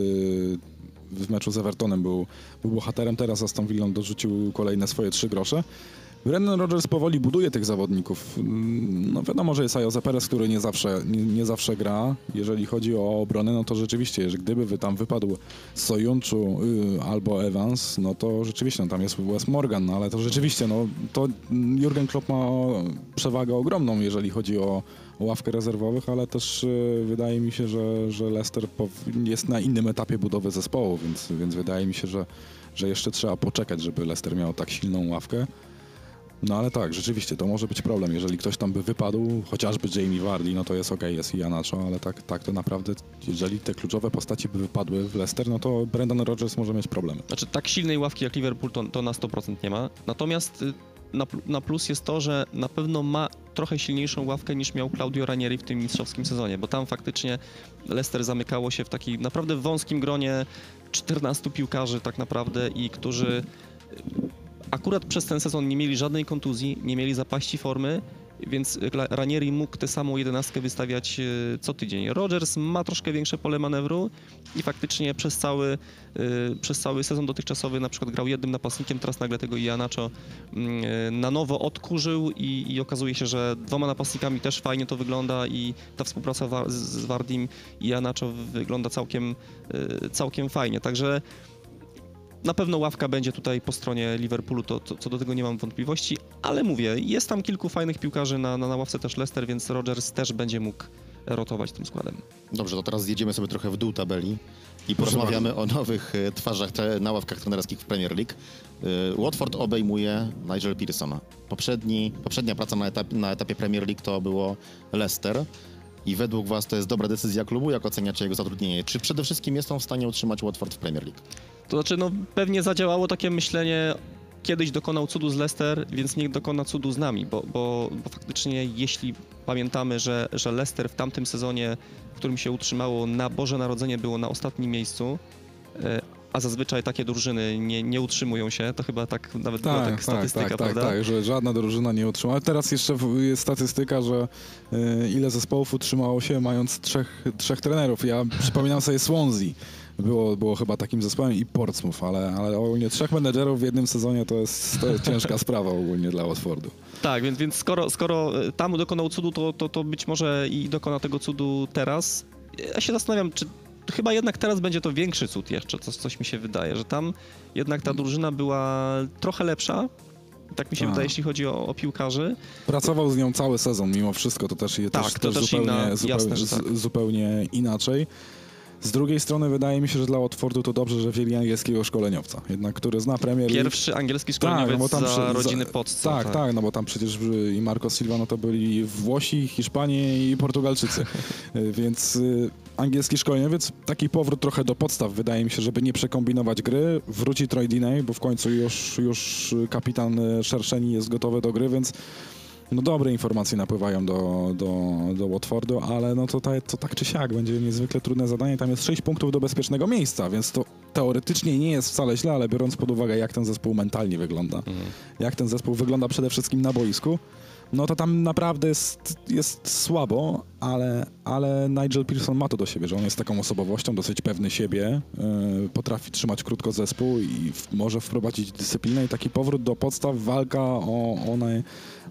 w meczu z Evertonem był, był bohaterem, teraz z Aston Villą dorzucił kolejne swoje trzy grosze. Brendan Rodgers powoli buduje tych zawodników. No wiadomo, że jest Ayoze Perez, który nie zawsze, nie, nie zawsze gra. Jeżeli chodzi o obronę, no to rzeczywiście, że gdyby wy tam wypadł Soyuncu y, albo Evans, no to rzeczywiście, no tam jest Wes Morgan, no ale to rzeczywiście, no to Jurgen Klopp ma przewagę ogromną, jeżeli chodzi o, o ławkę rezerwowych, ale też y, wydaje mi się, że, że Leicester pow- jest na innym etapie budowy zespołu, więc, więc wydaje mi się, że, że jeszcze trzeba poczekać, żeby Leicester miał tak silną ławkę. No ale tak, rzeczywiście, to może być problem, jeżeli ktoś tam by wypadł, chociażby Jamie Vardy, no to jest okej, okay, jest Iheanacho, ale tak, tak to naprawdę, jeżeli te kluczowe postaci by wypadły w Leicester, no to Brendan Rodgers może mieć problemy. Znaczy tak silnej ławki jak Liverpool to, to na sto procent nie ma, natomiast y, na, na plus jest to, że na pewno ma trochę silniejszą ławkę niż miał Claudio Ranieri w tym mistrzowskim sezonie, bo tam faktycznie Leicester zamykało się w takim naprawdę wąskim gronie czternastu piłkarzy tak naprawdę i którzy akurat przez ten sezon nie mieli żadnej kontuzji, nie mieli zapaści formy, więc Ranieri mógł tę samą jedenastkę wystawiać co tydzień. Rodgers ma troszkę większe pole manewru i faktycznie przez cały, przez cały sezon dotychczasowy na przykład grał jednym napastnikiem, teraz nagle tego Iheanacho na nowo odkurzył i, i okazuje się, że dwoma napastnikami też fajnie to wygląda i ta współpraca z Vardym i Iheanacho wygląda całkiem, całkiem fajnie. Także na pewno ławka będzie tutaj po stronie Liverpoolu, to, to, co do tego nie mam wątpliwości, ale mówię, jest tam kilku fajnych piłkarzy na, na, na ławce też Leicester, więc Rodgers też będzie mógł rotować tym składem. Dobrze, to teraz zjedziemy sobie trochę w dół tabeli i porozmawiamy o nowych e, twarzach te, na ławkach trenerskich w Premier League. E, Watford obejmuje Nigel Pearson. Poprzedni, poprzednia praca na, etap, na etapie Premier League to było Leicester. I według was to jest dobra decyzja klubu? Jak oceniacie jego zatrudnienie? Czy przede wszystkim jest on w stanie utrzymać Watford w Premier League? To znaczy, no pewnie zadziałało takie myślenie, kiedyś dokonał cudu z Leicester, więc niech dokona cudu z nami, bo, bo, bo faktycznie jeśli pamiętamy, że, że Leicester w tamtym sezonie, w którym się utrzymało na Boże Narodzenie, było na ostatnim miejscu, a zazwyczaj takie drużyny nie, nie utrzymują się, to chyba tak nawet była tak, statystyka, tak, prawda? Tak, tak, że żadna drużyna nie utrzymała. Ale teraz jeszcze jest statystyka, że y, ile zespołów utrzymało się mając trzech, trzech trenerów. Ja przypominam sobie Swansea. Było, było chyba takim zespołem i Portsmouth, ale, ale ogólnie trzech menedżerów w jednym sezonie to jest, to jest ciężka sprawa ogólnie dla Watfordu. Tak, więc, więc skoro, skoro tam dokonał cudu, to, to, to być może i dokona tego cudu teraz. Ja się zastanawiam, czy chyba jednak teraz będzie to większy cud jeszcze, coś, coś mi się wydaje, że tam jednak ta drużyna była trochę lepsza, tak mi się A. wydaje, jeśli chodzi o, o piłkarzy. Pracował z nią cały sezon, mimo wszystko, to też, Tak, też, to też, też zupełnie, inna- zupełnie, jasne, że tak. z, zupełnie inaczej. Z drugiej strony wydaje mi się, że dla Watfordu to dobrze, że wzięli angielskiego szkoleniowca, jednak który zna Premier League. Pierwszy angielski szkoleniowiec no bo tam za przy- rodziny za- Potts. Tak, tak, tak, no bo tam przecież y, i Marco Silva, no to byli Włosi, Hiszpanie i Portugalczycy, Y, więc y, angielski szkoleniowiec, taki powrót trochę do podstaw, wydaje mi się, żeby nie przekombinować gry, wróci Troy Deeney, bo w końcu już, już kapitan y, Szerszeni jest gotowy do gry, więc no dobre informacje napływają do, do, do Watfordu, ale no to, ta, to tak czy siak będzie niezwykle trudne zadanie. Tam jest sześć punktów do bezpiecznego miejsca, więc to teoretycznie nie jest wcale źle, ale biorąc pod uwagę, jak ten zespół mentalnie wygląda, Mhm. jak ten zespół wygląda przede wszystkim na boisku, no to tam naprawdę jest, jest słabo, ale, ale Nigel Pearson ma to do siebie, że on jest taką osobowością, dosyć pewny siebie, yy, potrafi trzymać krótko zespół i w, może wprowadzić dyscyplinę i taki powrót do podstaw, walka o, o, naj,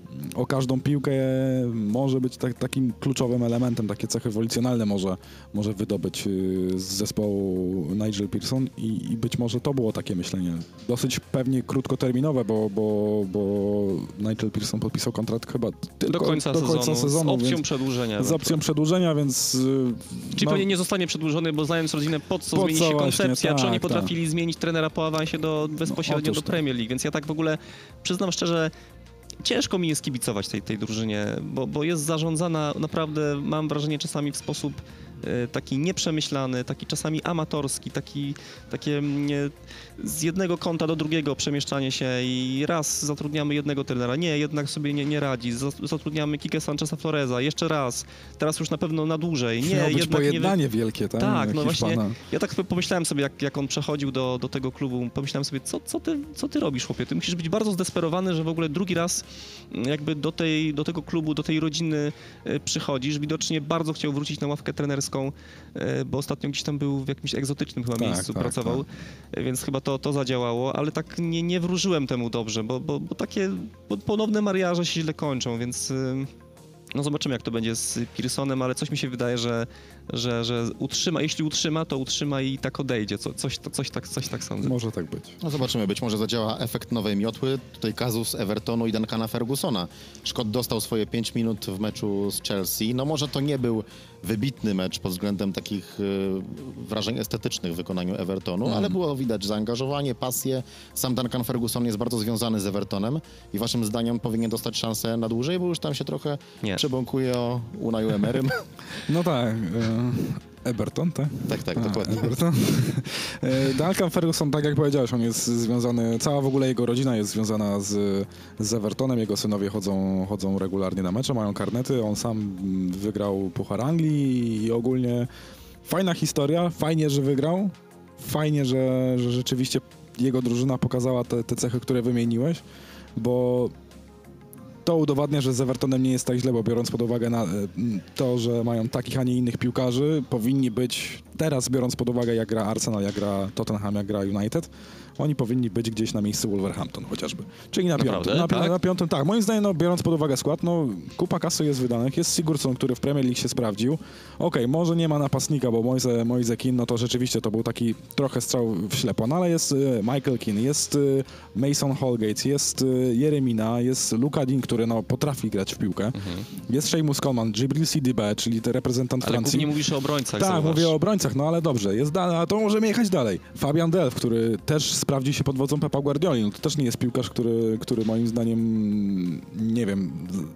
o każdą piłkę może być tak, takim kluczowym elementem, takie cechy wolicjonalne może, może wydobyć yy, z zespołu Nigel Pearson i, i być może to było takie myślenie. Dosyć pewnie krótkoterminowe, bo, bo, bo Nigel Pearson podpisał kontrakt chyba tylko Do końca do sezonu, końca sezonu z opcją więc, przedłużenia. z opcją przedłużenia, więc... yy, Czyli no, pewnie nie zostanie przedłużony, bo znając rodzinę Potts, Po co zmieni się właśnie, koncepcja, czy oni tak, potrafili zmienić trenera po awansie do, bezpośrednio otóż do tak. Premier League, więc ja tak w ogóle przyznam szczerze, ciężko mi jest kibicować tej, tej drużynie, bo, bo jest zarządzana naprawdę, mam wrażenie, czasami w sposób e, taki nieprzemyślany, taki czasami amatorski, taki, takie mm, e, z jednego kąta do drugiego przemieszczanie się i raz zatrudniamy jednego trenera, nie, jednak sobie nie, nie radzi, Zas- zatrudniamy Kike Sancheza Floreza, jeszcze raz, teraz już na pewno na dłużej, nie, Miało być jednak nie... pojednanie wielkie, tak? Tak, no Hiszpana. właśnie, ja tak sobie pomyślałem sobie, jak, jak on przechodził do, do tego klubu, pomyślałem sobie, co, co, ty, co ty robisz, chłopie? Ty musisz być bardzo zdesperowany, że w ogóle drugi raz jakby do, tej, do tego klubu, do tej rodziny e, przychodzisz. Widocznie bardzo chciał wrócić na ławkę trenerską, e, bo ostatnio gdzieś tam był w jakimś egzotycznym chyba Tak, miejscu, tak, pracował, e, więc chyba to, to zadziałało, ale tak nie, nie wróżyłem temu dobrze, bo, bo, bo takie bo ponowne mariaże się źle kończą, więc... E, No zobaczymy, jak to będzie z Pearsonem, ale coś mi się wydaje, że, że, że utrzyma, jeśli utrzyma, to utrzyma i tak odejdzie. Co, coś, to, coś, tak, coś tak sądzę. Może tak być. No zobaczymy, być może zadziała efekt nowej miotły. Tutaj kazus Evertonu i Duncana Fergusona. Szkot dostał swoje pięć minut w meczu z Chelsea. No może to nie był wybitny mecz pod względem takich y, wrażeń estetycznych w wykonaniu Evertonu, Mm. ale było widać zaangażowanie, pasję. Sam Duncan Ferguson jest bardzo związany z Evertonem i waszym zdaniem powinien dostać szansę na dłużej, bo już tam się trochę Nie. przebąkuje o Unaju Emerym. No tak. E, Everton, tak? tak, tak, A, dokładnie. Everton. E, Duncan Ferguson, tak jak powiedziałeś, on jest związany, cała w ogóle jego rodzina jest związana z, z Evertonem, jego synowie chodzą, chodzą regularnie na mecze, mają karnety, on sam mm, wygrał Puchar Anglii i ogólnie fajna historia, fajnie, że wygrał, fajnie, że, że rzeczywiście jego drużyna pokazała te, te cechy, które wymieniłeś, bo to udowadnia, że z Evertonem nie jest tak źle, bo biorąc pod uwagę na, to, że mają takich, a nie innych piłkarzy, powinni być, teraz biorąc pod uwagę jak gra Arsenal, jak gra Tottenham, jak gra United, oni powinni być gdzieś na miejscu Wolverhampton chociażby. Czyli na Naprawdę? piątym. Na, pi- Tak? na piątym, tak. Moim zdaniem, no, biorąc pod uwagę skład, no, kupa kasy jest wydanych. Jest Sigurdsson, który w Premier League się sprawdził. Okej, może nie ma napastnika, bo Moise, Moise Kean, no to rzeczywiście to był taki trochę strzał w ślepo, no ale jest y, Michael Keane, jest y, Mason Holgate, jest y, Jeremina, jest Luka Dean, który no, potrafi grać w piłkę. Mhm. Jest Seamus Coleman, Djibril Sidibe, czyli ten reprezentant Ale Francji. głównie mówisz o obrońcach, Tak, zauważ. mówię o obrońcach, no ale dobrze, jest dalej, a to możemy jechać dalej. Fabian Delph, który też sprawdzi się pod wodzą Pepa Guardioli, no to też nie jest piłkarz, który, który moim zdaniem, nie wiem,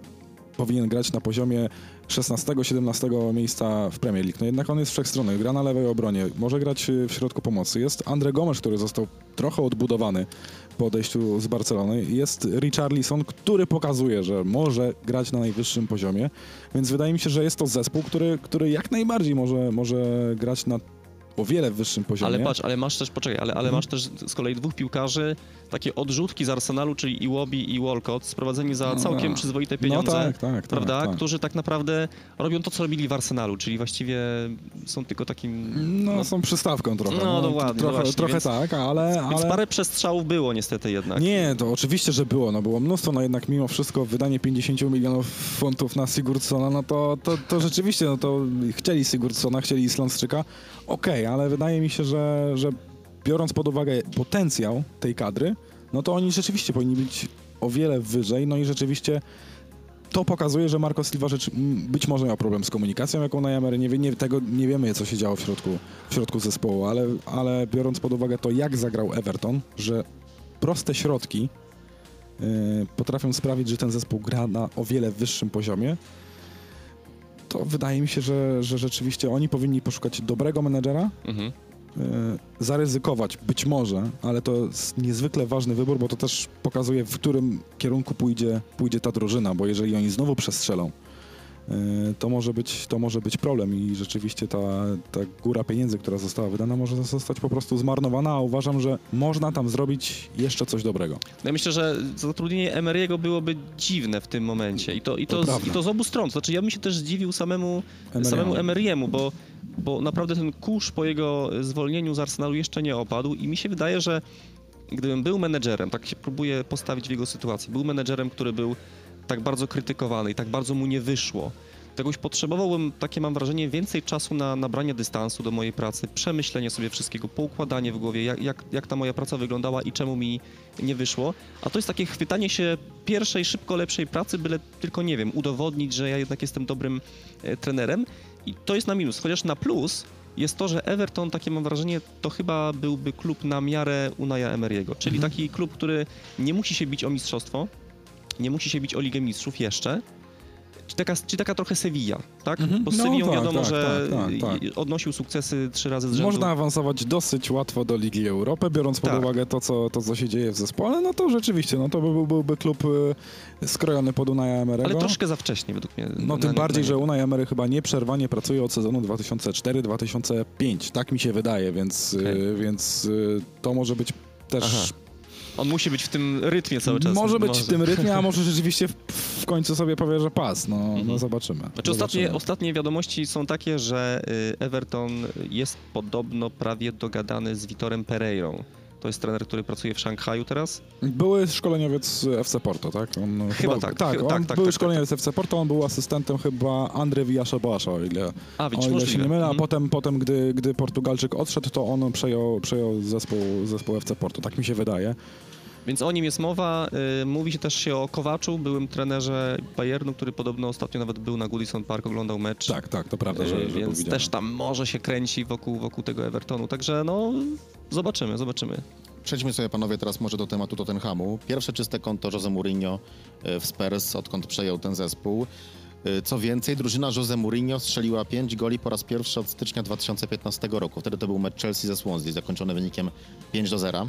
z- powinien grać na poziomie szesnastego siedemnastego miejsca w Premier League. No jednak on jest wszechstronny, gra na lewej obronie, może grać w środku pomocy. Jest Andre Gomes, który został trochę odbudowany po odejściu z Barcelony. Jest Richarlison, który pokazuje, że może grać na najwyższym poziomie, więc wydaje mi się, że jest to zespół, który, który jak najbardziej może, może grać na o wiele wyższym poziomie. Ale patrz, ale masz też, poczekaj, ale, ale Mhm. masz też z kolei dwóch piłkarzy, takie odrzutki z Arsenalu, czyli Iwobi i Walcott, sprowadzeni za No, całkiem no. przyzwoite No pieniądze, tak, tak, prawda? tak, tak. Którzy tak naprawdę robią to, co robili w Arsenalu, czyli właściwie są tylko takim... No, są przystawką trochę. No, dokładnie, Trochę, właśnie, trochę więc- tak, ale... Więc ale... parę przestrzałów było niestety jednak. Nie, to oczywiście, że było, no było mnóstwo, no jednak mimo wszystko wydanie pięćdziesiąt milionów funtów na Sigurdssona, no to, to, to rzeczywiście, no to chcieli Sigurdssona, chcieli Islandczyka, okej, ale wydaje mi się, że, że biorąc pod uwagę potencjał tej kadry, no to oni rzeczywiście powinni być o wiele wyżej, no i rzeczywiście to pokazuje, że Marco Silva rzecz, m, być może miał problem z komunikacją, jaką na Emery, nie, wie- nie, tego nie wiemy, co się działo w środku, w środku zespołu, ale, ale biorąc pod uwagę to, jak zagrał Everton, że proste środki y, potrafią sprawić, że ten zespół gra na o wiele wyższym poziomie, to wydaje mi się, że, że rzeczywiście oni powinni poszukać dobrego menedżera, Mhm. y, zaryzykować być może, ale to jest niezwykle ważny wybór, bo to też pokazuje, w którym kierunku pójdzie, pójdzie ta drużyna, bo jeżeli oni znowu przestrzelą, y, to może być, to może być problem i rzeczywiście ta, ta góra pieniędzy, która została wydana, może zostać po prostu zmarnowana, a uważam, że można tam zrobić jeszcze coś dobrego. No ja myślę, że zatrudnienie Emery'ego byłoby dziwne w tym momencie i to, i to, To z, prawda. i to z obu stron. Znaczy ja bym się też zdziwił samemu, Emery'emu. samemu Emery'emu, bo, bo naprawdę ten kurz po jego zwolnieniu z Arsenalu jeszcze nie opadł i mi się wydaje, że gdybym był menedżerem, tak się próbuję postawić w jego sytuacji, był menedżerem, który był tak bardzo krytykowany i tak bardzo mu nie wyszło, to jakoś potrzebowałbym, takie mam wrażenie, więcej czasu na nabranie dystansu do mojej pracy, przemyślenie sobie wszystkiego, poukładanie w głowie, jak, jak, jak ta moja praca wyglądała i czemu mi nie wyszło. A to jest takie chwytanie się pierwszej, szybko lepszej pracy, byle tylko, nie wiem, udowodnić, że ja jednak jestem dobrym e, trenerem. I to jest na minus. Chociaż na plus jest to, że Everton, takie mam wrażenie, to chyba byłby klub na miarę Unaja Emery'ego. Czyli Mhm. taki klub, który nie musi się bić o mistrzostwo, nie musi się bić o Ligę Mistrzów jeszcze, Czyli taka, czyli taka trochę Sevilla, tak? Mhm. Bo z No Sevillą tak, wiadomo, tak, że tak, tak, i- odnosił sukcesy trzy razy z rzędu. Można awansować dosyć łatwo do Ligi Europy, biorąc pod Tak. uwagę to co, to, co się dzieje w zespole, no to rzeczywiście, no to by, byłby klub y, skrojony pod Unaja Emery'ego. Ale troszkę za wcześnie według mnie. No na- tym na- bardziej, na- że Unai Emery chyba nieprzerwanie pracuje od sezonu dwa tysiące cztery dwa tysiące pięć, tak mi się wydaje, więc, Okej. y, więc y, to może być też... Aha. On musi być w tym rytmie cały czas. Może być w tym rytmie, a może rzeczywiście w, w końcu sobie powie, że pas, no, Mhm. no zobaczymy. Znaczy ostatnie, zobaczymy. ostatnie wiadomości są takie, że y, Everton jest podobno prawie dogadany z Vitorem Pereirą. To jest trener, który pracuje w Szanghaju teraz. Były szkoleniowiec F C Porto, tak? On Chyba tak, Tak, chy- on tak, tak, był tak, szkoleniowiec F C Porto, on był asystentem chyba André Villas-Boasza, o ile, A, o widzisz, ile się możliwe. nie mylę, a Mhm. potem, potem gdy, gdy Portugalczyk odszedł, to on przejął, przejął zespół, zespół F C Porto, tak mi się wydaje. Więc o nim jest mowa. Y, mówi się też się o Kowaczu, byłym trenerze Bayernu, który podobno ostatnio nawet był na Goodison Park, oglądał mecz. Tak, tak, to prawda, że, Y, że był Więc widziany. też tam może się kręci wokół, wokół tego Evertonu. Także no, zobaczymy, zobaczymy. Przejdźmy sobie, panowie, teraz może do tematu Tottenhamu. Pierwsze czyste konto Jose Mourinho e, w Spurs, odkąd przejął ten zespół. E, Co więcej, drużyna Jose Mourinho strzeliła pięć goli po raz pierwszy od stycznia dwa tysiące piętnastego roku. Wtedy to był mecz Chelsea ze Swansea, zakończony wynikiem pięć do zera. E,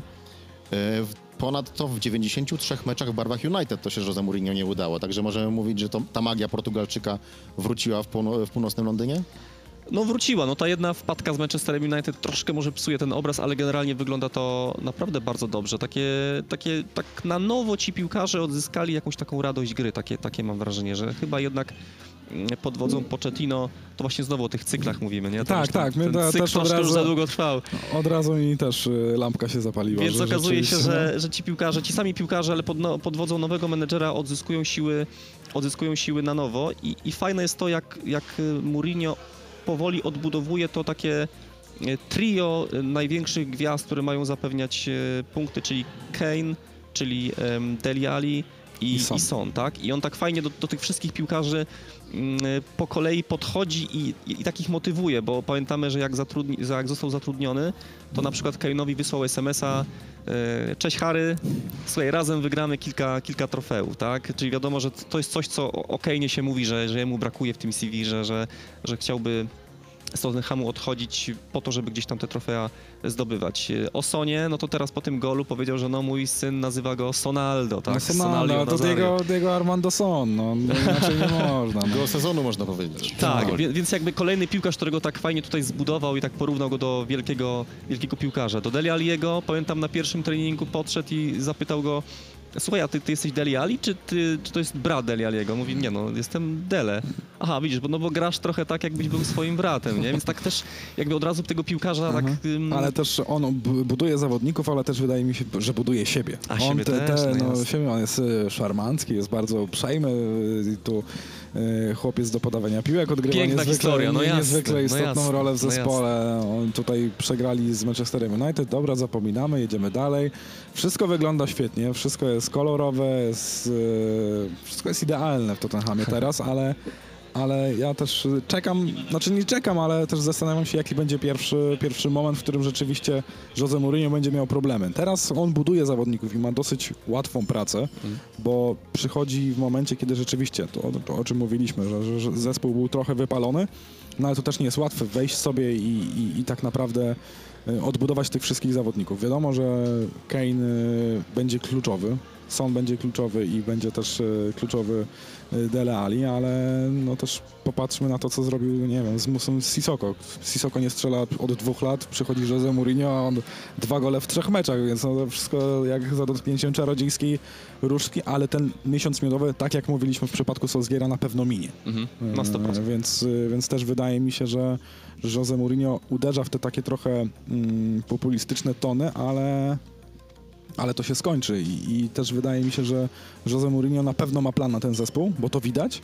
w- Ponadto w dziewięćdziesięciu trzech meczach w barwach United to się Jose Mourinho nie udało. Także możemy mówić, że to, ta magia Portugalczyka wróciła w, półno, w północnym Londynie? No wróciła, no ta jedna wpadka z Manchesterem United troszkę może psuje ten obraz, ale generalnie wygląda to naprawdę bardzo dobrze. Takie, takie tak na nowo ci piłkarze odzyskali jakąś taką radość gry, takie, takie mam wrażenie, że chyba jednak mm, pod wodzą Pochettino, to właśnie znowu o tych cyklach mówimy, nie? To Tak, już ten, tak, my ten da- cykl też od troszkę już razu- za długo trwał. Od razu mi też y, lampka się zapaliła. Więc że okazuje się, rzeczywiście, że, że ci piłkarze, ci sami piłkarze, ale pod, no, pod wodzą nowego menedżera odzyskują siły, odzyskują siły na nowo i, i fajne jest to, jak, jak y, Mourinho powoli odbudowuje to takie y, trio y, największych gwiazd, które mają zapewniać y, punkty, czyli Kane, czyli um, Dele Alli i, I i, Son. Son, tak? I on tak fajnie do, do tych wszystkich piłkarzy mm, po kolei podchodzi i, i, i tak ich motywuje, bo pamiętamy, że jak, zatrudni, za- jak został zatrudniony, to na przykład Kane'owi wysłał es em es a e, cześć Harry, słuchaj, razem wygramy kilka, kilka trofeów, tak? Czyli wiadomo, że to jest coś, co o o Kane'ie się mówi, że, że jemu brakuje w tym C V, że, że, że chciałby z Tottenhamu odchodzić po to, żeby gdzieś tam te trofea zdobywać. O Sonie, no to teraz po tym golu powiedział, że no mój syn nazywa go Sonaldo, tak? No, Sonaldo, Sonaldo to Nazario. Diego, Diego Armando Son, no, no inaczej nie można. No. Go sezonu można powiedzieć. Tak, No. wie- więc jakby kolejny piłkarz, którego tak fajnie tutaj zbudował i tak porównał go do wielkiego, wielkiego piłkarza. Do Dele Alliego, pamiętam na pierwszym treningu podszedł i zapytał go: słuchaj, a ty, ty jesteś Dele Alli, czy, ty, czy to jest brat Dele Alliego? Mówi: nie no, jestem Dele. Aha, widzisz, bo, no bo grasz trochę tak, jakbyś był swoim bratem, nie? Więc tak też jakby od razu tego piłkarza tak... Mhm. ym, Ale też on bu- buduje zawodników, ale też wydaje mi się, że buduje siebie. A on siebie też, no no, jasne. siebie, on jest y, szarmancki, jest bardzo uprzejmy y, i tu y, chłopiec do podawania piłek odgrywa Piękna niezwykle, historia, no nie- jasne, niezwykle no istotną jasne, rolę w no zespole. On tutaj przegrali z Manchesterem United, dobra, zapominamy, jedziemy dalej. Wszystko wygląda świetnie, wszystko jest kolorowe, jest, y, wszystko jest idealne w Tottenhamie teraz, ale ale ja też czekam, znaczy nie czekam, ale też zastanawiam się, jaki będzie pierwszy, pierwszy moment, w którym rzeczywiście Jose Mourinho będzie miał problemy. Teraz on buduje zawodników i ma dosyć łatwą pracę, Mhm. bo przychodzi w momencie, kiedy rzeczywiście, to, to o czym mówiliśmy, że, że, że zespół był trochę wypalony, no ale to też nie jest łatwe wejść sobie i, i, i tak naprawdę y, odbudować tych wszystkich zawodników. Wiadomo, że Kane y, będzie kluczowy, Son będzie kluczowy i będzie też y, kluczowy y, Dele Alli, ale no też popatrzmy na to, co zrobił, nie wiem, z Musą Sissoko. Sissoko nie strzela od dwóch lat, przychodzi Jose Mourinho, a on dwa gole w trzech meczach, więc no to wszystko jak za dotknięciem czarodziejskiej różdżki, ale ten miesiąc miodowy, tak jak mówiliśmy w przypadku Solskjaera, na pewno minie. mhm, na sto procent. E, Więc, y, więc też wydaje mi się, że że Jose Mourinho uderza w te takie trochę mm, populistyczne tony, ale, ale to się skończy I, i też wydaje mi się, że Jose Mourinho na pewno ma plan na ten zespół, bo to widać,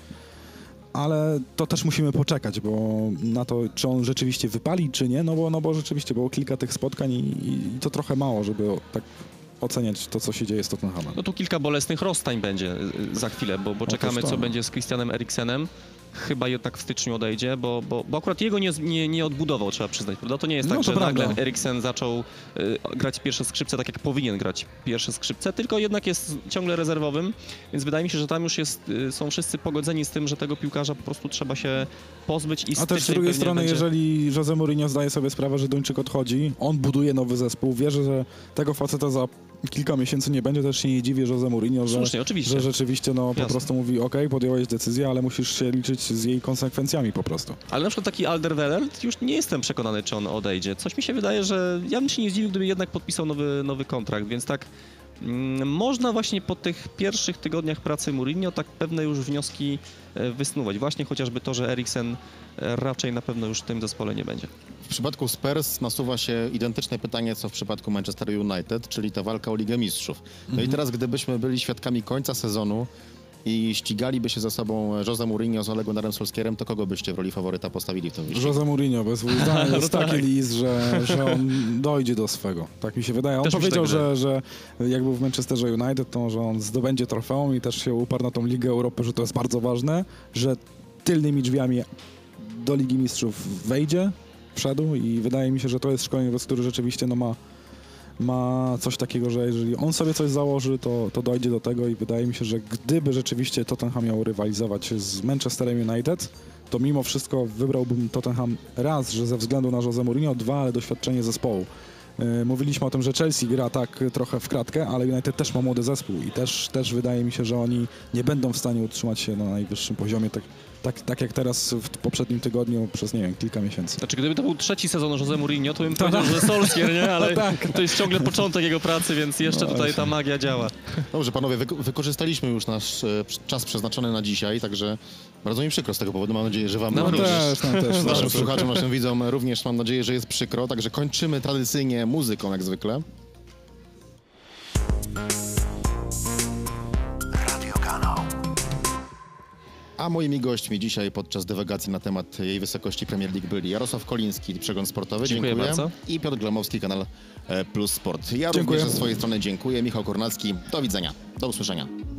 ale to też musimy poczekać, bo na to, czy on rzeczywiście wypali, czy nie, no bo, no bo rzeczywiście było kilka tych spotkań i, i to trochę mało, żeby o- tak oceniać to, co się dzieje z Tottenhamem. No tu kilka bolesnych rozstań będzie y, za chwilę, bo, bo czekamy, to. co będzie z Christianem Eriksenem. chyba jednak w styczniu odejdzie, bo, bo, bo akurat jego nie, nie, nie odbudował, trzeba przyznać, prawda? To nie jest No tak, to że prawda. nagle Eriksen zaczął y, grać pierwsze skrzypce tak, jak powinien grać pierwsze skrzypce, tylko jednak jest ciągle rezerwowym, więc wydaje mi się, że tam już jest, y, są wszyscy pogodzeni z tym, że tego piłkarza po prostu trzeba się pozbyć i A też z styczeń drugiej pewnie strony, będzie... jeżeli Jose Mourinho zdaje sobie sprawę, że Duńczyk odchodzi, on buduje nowy zespół, wierzy, że tego faceta za kilka miesięcy nie będzie, też się nie dziwię Jose Mourinho, że, Słusznie, oczywiście. że rzeczywiście no, po Jasne. prostu mówi, ok, podjąłeś decyzję, ale musisz się liczyć z jej konsekwencjami po prostu. Ale na przykład taki Alderweireld, już nie jestem przekonany, czy on odejdzie. Coś mi się wydaje, że ja bym się nie zdziwił, gdyby jednak podpisał nowy, nowy kontrakt, więc tak mm, można właśnie po tych pierwszych tygodniach pracy Mourinho tak pewne już wnioski e, wysnuwać. Właśnie chociażby to, że Eriksen e, raczej na pewno już w tym zespole nie będzie. W przypadku Spurs nasuwa się identyczne pytanie, co w przypadku Manchester United, czyli ta walka o Ligę Mistrzów. No Mhm. i teraz, gdybyśmy byli świadkami końca sezonu i ścigaliby się ze sobą Jose Mourinho z Ole Gunnarem Solskjaerem, to kogo byście w roli faworyta postawili w tym wyścigu? Jose Mourinho, bez dwóch zdań, jest No taki tak. list, że, że on dojdzie do swego. Tak mi się wydaje. On Też mi się powiedział, tak wydaje. że, że jak był w Manchesterze United, to że on zdobędzie trofeum i też się uparł na tą Ligę Europy, że to jest bardzo ważne, że tylnymi drzwiami do Ligi Mistrzów wejdzie, wszedł i wydaje mi się, że to jest szkoleniowiec, który rzeczywiście no, ma, ma coś takiego, że jeżeli on sobie coś założy, to, to dojdzie do tego i wydaje mi się, że gdyby rzeczywiście Tottenham miał rywalizować z Manchesterem United, to mimo wszystko wybrałbym Tottenham raz, że ze względu na Jose Mourinho, dwa, ale doświadczenie zespołu. Yy, Mówiliśmy o tym, że Chelsea gra tak trochę w kratkę, ale United też ma młody zespół i też, też wydaje mi się, że oni nie będą w stanie utrzymać się na najwyższym poziomie, tak, tak, tak jak teraz w poprzednim tygodniu przez, nie wiem, kilka miesięcy. Znaczy, gdyby to był trzeci sezon Jose Mourinho, to bym Tak. powiedział, że Solskjaer, nie? Ale No tak. to jest ciągle początek jego pracy, więc jeszcze No tutaj właśnie. ta magia działa. Dobrze, panowie, wyko- wykorzystaliśmy już nasz e, czas przeznaczony na dzisiaj, także bardzo mi przykro z tego powodu. Mam nadzieję, że wam No również. też, nam też. Naszym bardzo. słuchaczom, naszym widzom również mam nadzieję, że jest przykro, także kończymy tradycyjnie muzyką jak zwykle. A moimi gośćmi dzisiaj podczas dywagacji na temat jej wysokości Premier League byli Jarosław Koliński, Przegląd Sportowy, Dziękuję bardzo. i Piotr Glemowski, kanał e, Plus Sport. Ja Dziękuję. również ze swojej strony dziękuję. Michał Kornacki, do widzenia, do usłyszenia.